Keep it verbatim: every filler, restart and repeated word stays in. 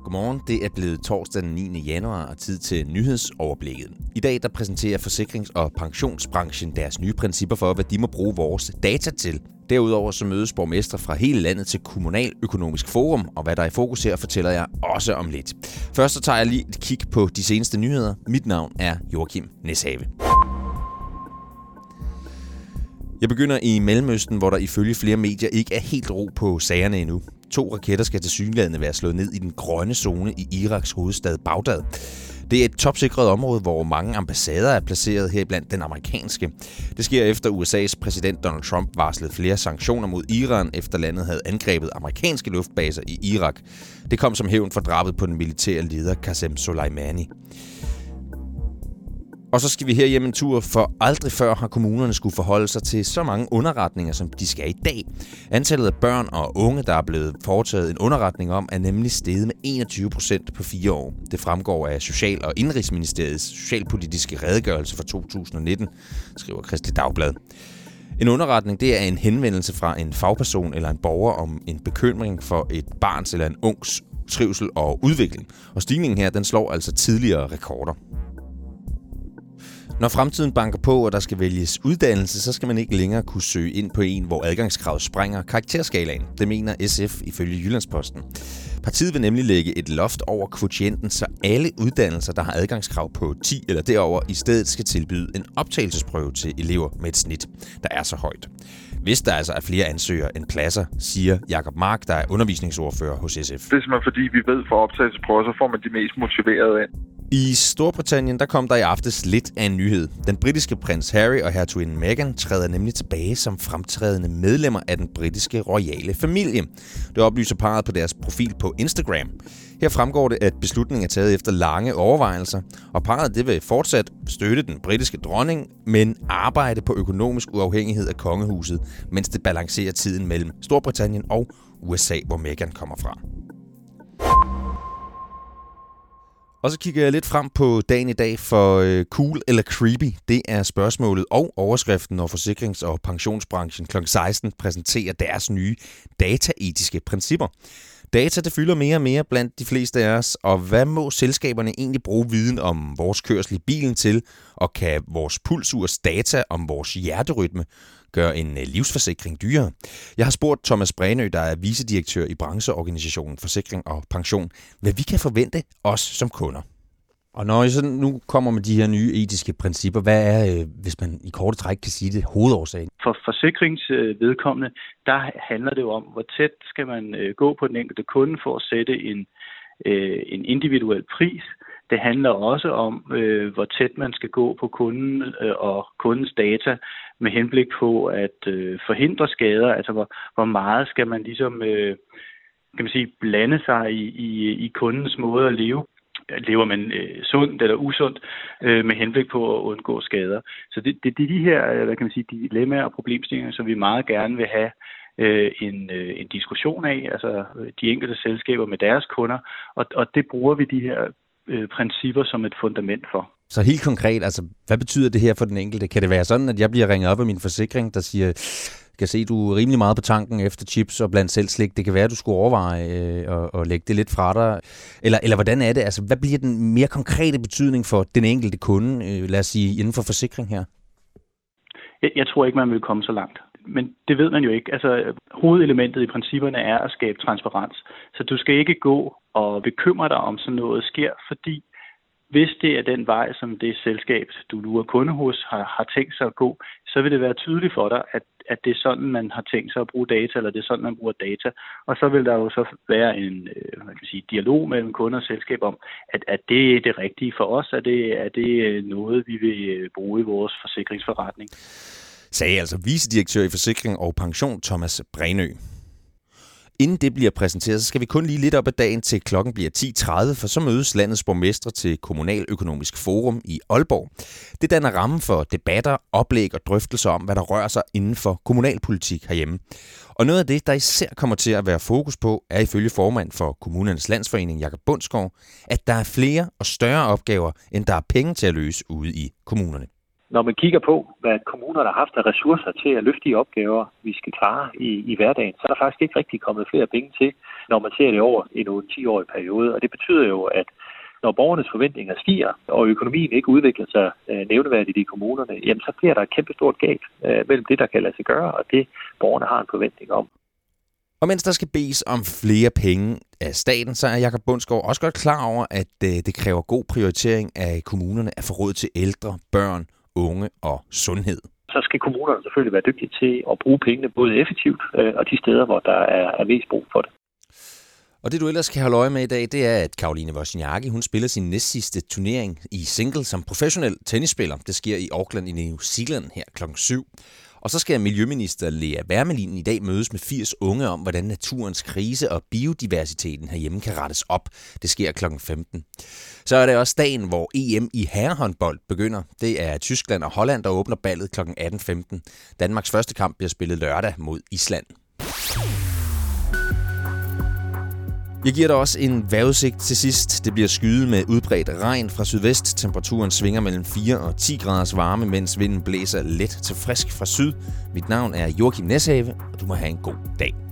Godmorgen, det er blevet torsdag den niende januar og tid til nyhedsoverblikket. I dag der præsenterer forsikrings- og pensionsbranchen deres nye principper for, hvad de må bruge vores data til. Derudover så mødes borgmestre fra hele landet til Kommunaløkonomisk Forum, og hvad der er i fokus her, fortæller jeg også om lidt. Først så tager jeg lige et kig på de seneste nyheder. Mit navn er Joachim Neshave. Jeg begynder i Mellemøsten, hvor der ifølge flere medier ikke er helt ro på sagerne endnu. To raketter skal tilsyneladende være slået ned i den grønne zone i Iraks hovedstad Bagdad. Det er et topsikret område, hvor mange ambassader er placeret, heriblandt den amerikanske. Det sker efter U S A's præsident Donald Trump varslede flere sanktioner mod Iran, efter landet havde angrebet amerikanske luftbaser i Irak. Det kom som hævn for drabet på den militære leder Qasem Soleimani. Og så skal vi her hjem en tur, for aldrig før har kommunerne skulle forholde sig til så mange underretninger, som de skal i dag. Antallet af børn og unge, der er blevet foretaget en underretning om, er nemlig steget med enogtyve procent på fire år. Det fremgår af Social- og Indenrigsministeriets socialpolitiske redegørelse for to tusind og nitten, skriver Kristeligt Dagblad. En underretning, det er en henvendelse fra en fagperson eller en borger om en bekymring for et barns eller en ungs trivsel og udvikling. Og stigningen her, den slår altså tidligere rekorder. Når fremtiden banker på, og der skal vælges uddannelse, så skal man ikke længere kunne søge ind på en, hvor adgangskravet sprænger karakterskalaen. Det mener S F ifølge Jyllandsposten. Partiet vil nemlig lægge et loft over kvotienten, så alle uddannelser, der har adgangskrav på ti eller derover, i stedet skal tilbyde en optagelsesprøve til elever med et snit, der er så højt. Hvis der altså er flere ansøgere end pladser, siger Jakob Mark, der er undervisningsordfører hos S F. Det er simpelthen fordi, vi ved for optagelsesprøver, så får man de mest motiverede ind. I Storbritannien der kom der i aftes lidt af en nyhed. Den britiske prins Harry og hertuginden Meghan træder nemlig tilbage som fremtrædende medlemmer af den britiske royale familie. Det oplyser parret på deres profil på Instagram. Her fremgår det, at beslutningen er taget efter lange overvejelser, og parret det vil fortsat støtte den britiske dronning, men arbejde på økonomisk uafhængighed af kongehuset, mens det balancerer tiden mellem Storbritannien og U S A, hvor Meghan kommer fra. Og så kigger jeg lidt frem på dagen i dag, for øh, cool eller creepy, det er spørgsmålet og overskriften, når forsikrings- og pensionsbranchen klokken seksten præsenterer deres nye dataetiske principper. Data, det fylder mere og mere blandt de fleste af os, og hvad må selskaberne egentlig bruge viden om vores kørsel i bilen til, og kan vores pulsurs data om vores hjerterytme gøre en livsforsikring dyrere? Jeg har spurgt Thomas Brænø, der er vicedirektør i brancheorganisationen Forsikring og Pension, hvad vi kan forvente os som kunder. Og når I så nu kommer med de her nye etiske principper, hvad er, hvis man i korte træk kan sige det, hovedårsagen? For forsikringsvedkommende, der handler det jo om, hvor tæt skal man gå på den enkelte kunde for at sætte en, en individuel pris. Det handler også om, hvor tæt man skal gå på kunden og kundens data med henblik på at forhindre skader. Altså hvor, hvor meget skal man ligesom kan man sige, blande sig i, i, i kundens måde at leve. Lever man øh, sundt eller usundt øh, med henblik på at undgå skader. Så det, det, det er de her, hvad kan man sige, dilemmaer og problemstillinger, som vi meget gerne vil have øh, en, øh, en diskussion af, altså de enkelte selskaber med deres kunder, og, og det bruger vi de her øh, principper som et fundament for. Så helt konkret, altså hvad betyder det her for den enkelte? Kan det være sådan, at jeg bliver ringet op af min forsikring, der siger, kan se, du er rimelig meget på tanken efter chips og blandt selv slik. Det kan være, at du skulle overveje øh, at, at lægge det lidt fra dig. Eller, eller hvordan er det? Altså, hvad bliver den mere konkrete betydning for den enkelte kunde, øh, lad os sige, inden for forsikring her? Jeg, jeg tror ikke, man vil komme så langt. Men det ved man jo ikke. Altså, hovedelementet i principperne er at skabe transparens. Så du skal ikke gå og bekymre dig om sådan noget sker, fordi hvis det er den vej, som det selskab, du nu er kunde hos, har, har tænkt sig at gå, så vil det være tydeligt for dig, at, at det er sådan, man har tænkt sig at bruge data, eller det er sådan, man bruger data. Og så vil der jo så være en hvad kan man sige, dialog mellem kunder og selskab om, at, at det er det rigtige for os, at det er det noget, vi vil bruge i vores forsikringsforretning. Sagde altså vicedirektør i Forsikring og Pension Thomas Brænø. Inden det bliver præsenteret, så skal vi kun lige lidt op ad dagen til klokken bliver ti tredive, for så mødes landets borgmestre til Kommunaløkonomisk Forum i Aalborg. Det danner rammen for debatter, oplæg og drøftelser om, hvad der rører sig inden for kommunalpolitik herhjemme. Og noget af det, der især kommer til at være fokus på, er ifølge formand for Kommunernes Landsforening, Jakob Bundsgaard, at der er flere og større opgaver, end der er penge til at løse ude i kommunerne. Når man kigger på, hvad kommunerne har haft af ressourcer til at løfte de opgaver, vi skal klare i, i hverdagen, så er der faktisk ikke rigtig kommet flere penge til, når man ser det over en otte til ti årig periode. Og det betyder jo, at når borgernes forventninger stiger, og økonomien ikke udvikler sig øh, nævneværdigt i kommunerne, jamen så bliver der et kæmpe stort gab øh, mellem det, der kan lade sig gøre, og det borgerne har en forventning om. Og mens der skal bedes om flere penge af staten, så er Jakob Bundsgaard også godt klar over, at øh, det kræver god prioritering af kommunerne at få råd til ældre, børn, unge og sundhed. Så skal kommunerne selvfølgelig være dygtige til at bruge pengene både effektivt øh, og de steder, hvor der er, er mest brug for det. Og det du ellers kan holde øje med i dag, det er, at Caroline Wozniacki, hun spiller sin næstsidste turnering i single som professionel tennisspiller. Det sker i Auckland i New Zealand her klokken syv. Og så skal miljøminister Lea Wermelin i dag mødes med firs unge om, hvordan naturens krise og biodiversiteten herhjemme kan rettes op. Det sker klokken femten. Så er det også dagen, hvor E M i herrehåndbold begynder. Det er Tyskland og Holland, der åbner ballet klokken atten femten. Danmarks første kamp bliver spillet lørdag mod Island. Jeg giver dig også en vejrudsigt til sidst. Det bliver skyet med udbredt regn fra sydvest. Temperaturen svinger mellem fire og ti graders varme, mens vinden blæser let til frisk fra syd. Mit navn er Joachim Neshave, og du må have en god dag.